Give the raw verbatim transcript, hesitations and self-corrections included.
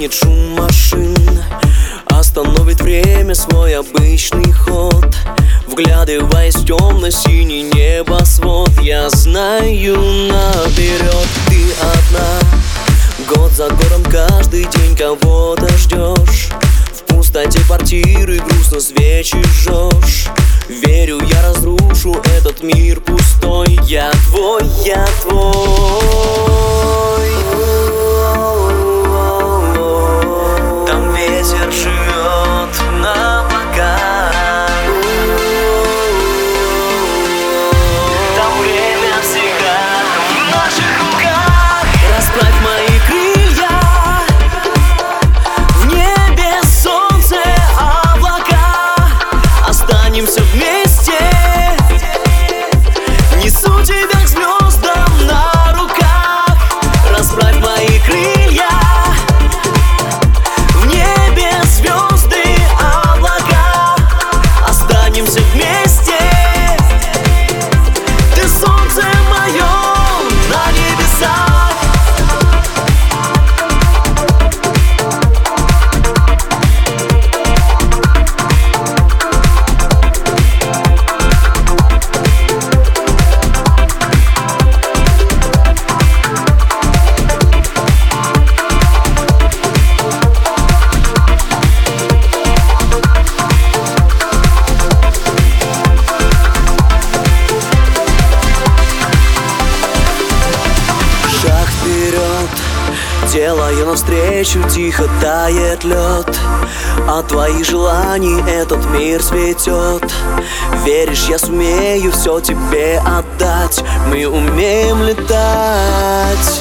стихнет шум машин, остановит время свой обычный ход, вглядываясь в темно-синий небосвод. Я знаю наперед, ты одна, год за годом каждый день кого-то ждешь. В пустоте квартиры грустно свечи жжешь. Верю, я разрушу этот мир пустой. Я твой, я твой. Там ветер живет на облаках, там время всегда в наших руках. Расправь мои крылья, в небе солнце, облака. Останемся вместе, несу тебя к звездам на руках. Расправь мои крылья, в небе звезды, облака. Останемся вместе, ты солнце мое на небесах. Делаю навстречу, тихо тает лед. От твоих желаний этот мир цветет. Веришь, я сумею все тебе отдать. Мы умеем летать.